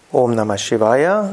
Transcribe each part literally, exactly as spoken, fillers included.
Om Namah Shivaya,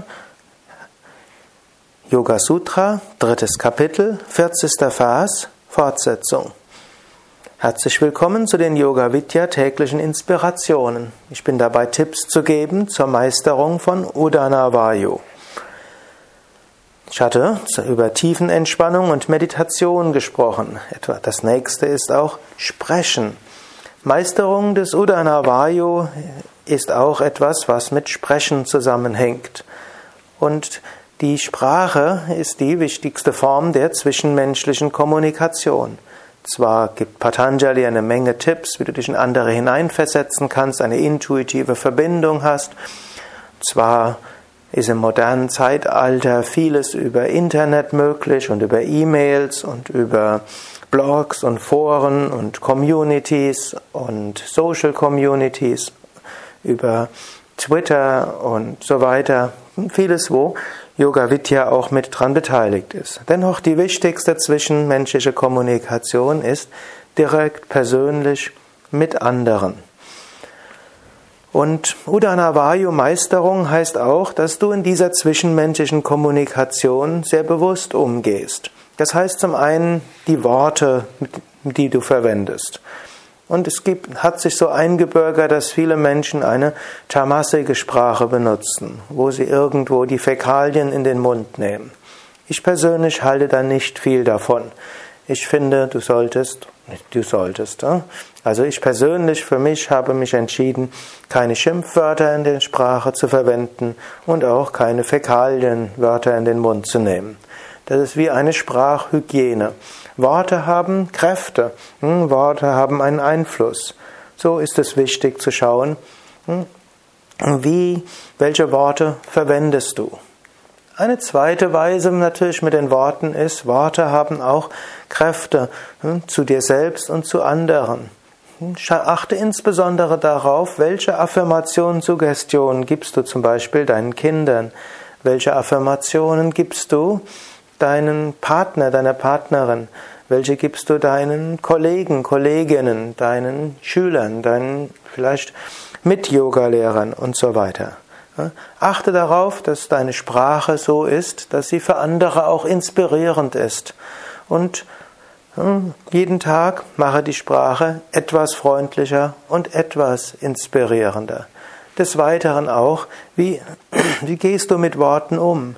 Yoga Sutra, drittes Kapitel, vierzigster Vers, Fortsetzung. Herzlich willkommen zu den Yoga Vidya täglichen Inspirationen. Ich bin dabei, Tipps zu geben zur Meisterung von Udana Vayu. Ich hatte über Tiefenentspannung und Meditation gesprochen. Das nächste ist auch Sprechen. Meisterung des Udana Vayu ist auch etwas, was mit Sprechen zusammenhängt. Und die Sprache ist die wichtigste Form der zwischenmenschlichen Kommunikation. Zwar gibt Patanjali eine Menge Tipps, wie du dich in andere hineinversetzen kannst, eine intuitive Verbindung hast. Zwar ist im modernen Zeitalter vieles über Internet möglich und über E-Mails und über Blogs und Foren und Communities und Social Communities, über Twitter und so weiter. Vieles, wo Yoga Vidya auch mit dran beteiligt ist. Dennoch die wichtigste zwischenmenschliche Kommunikation ist direkt persönlich mit anderen. Und Udana Vayu Meisterung heißt auch, dass du in dieser zwischenmenschlichen Kommunikation sehr bewusst umgehst. Das heißt zum einen die Worte, die du verwendest. Und es gibt, hat sich so eingebürgert, dass viele Menschen eine tamasige Sprache benutzen, wo sie irgendwo die Fäkalien in den Mund nehmen. Ich persönlich halte da nicht viel davon. Ich finde, du solltest, du solltest, also ich persönlich für mich habe mich entschieden, keine Schimpfwörter in der Sprache zu verwenden und auch keine Fäkalienwörter in den Mund zu nehmen. Das ist wie eine Sprachhygiene. Worte haben Kräfte, Worte haben einen Einfluss. So ist es wichtig zu schauen, wie, welche Worte verwendest du. Eine zweite Weise natürlich mit den Worten ist, Worte haben auch Kräfte zu dir selbst und zu anderen. Achte insbesondere darauf, welche Affirmationen, Suggestionen gibst du zum Beispiel deinen Kindern, welche Affirmationen gibst du deinen Partner, deiner Partnerin, welche gibst du deinen Kollegen, Kolleginnen, deinen Schülern, deinen vielleicht Mit-Yoga-Lehrern und so weiter. Achte darauf, dass deine Sprache so ist, dass sie für andere auch inspirierend ist. Und jeden Tag mache die Sprache etwas freundlicher und etwas inspirierender. Des Weiteren auch, wie, wie gehst du mit Worten um?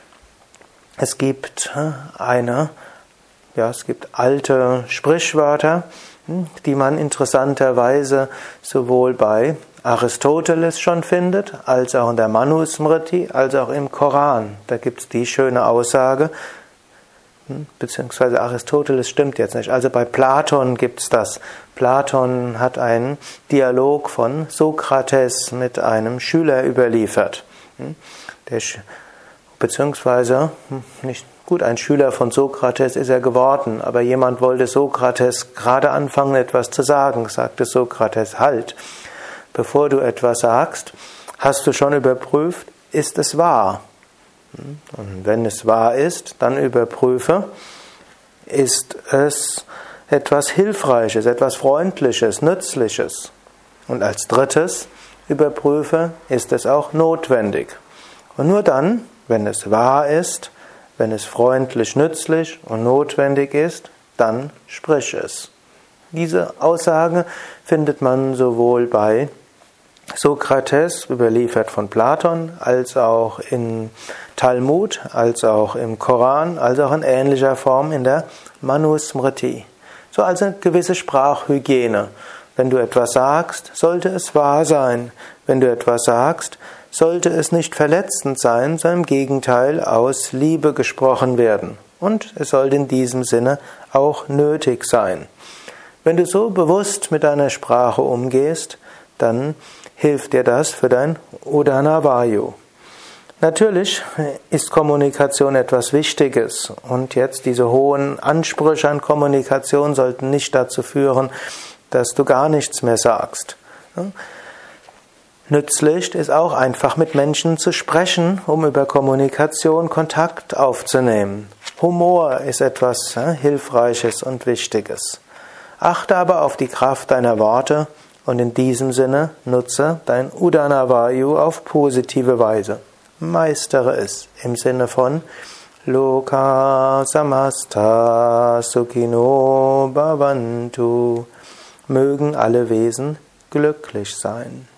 Es gibt eine, ja, es gibt alte Sprichwörter, die man interessanterweise sowohl bei Aristoteles schon findet, als auch in der Manusmriti, als auch im Koran. Da gibt es die schöne Aussage, beziehungsweise Aristoteles stimmt jetzt nicht. Also bei Platon gibt es das. Platon hat einen Dialog von Sokrates mit einem Schüler überliefert. Der Beziehungsweise, nicht gut, ein Schüler von Sokrates ist er geworden, aber jemand wollte Sokrates gerade anfangen, etwas zu sagen, sagte Sokrates, halt, bevor du etwas sagst, hast du schon überprüft, ist es wahr? Und wenn es wahr ist, dann überprüfe, ist es etwas Hilfreiches, etwas Freundliches, Nützliches? Und als drittes, überprüfe, ist es auch notwendig? Und nur dann, wenn es wahr ist, wenn es freundlich, nützlich und notwendig ist, dann sprich es. Diese Aussage findet man sowohl bei Sokrates, überliefert von Platon, als auch im Talmud, als auch im Koran, als auch in ähnlicher Form in der Manusmriti. So also eine gewisse Sprachhygiene. Wenn du etwas sagst, sollte es wahr sein. Wenn du etwas sagst, sollte es nicht verletzend sein, sondern im Gegenteil aus Liebe gesprochen werden. Und es sollte in diesem Sinne auch nötig sein. Wenn du so bewusst mit deiner Sprache umgehst, dann hilft dir das für dein Udana Vayu. Natürlich ist Kommunikation etwas Wichtiges und jetzt diese hohen Ansprüche an Kommunikation sollten nicht dazu führen, dass du gar nichts mehr sagst. Nützlich ist auch einfach mit Menschen zu sprechen, um über Kommunikation Kontakt aufzunehmen. Humor ist etwas ja, Hilfreiches und Wichtiges. Achte aber auf die Kraft deiner Worte Und in diesem Sinne nutze dein Udana Vayu auf positive Weise. Meistere es im Sinne von Loka samasta sukhino bhavantu. Mögen alle Wesen glücklich sein.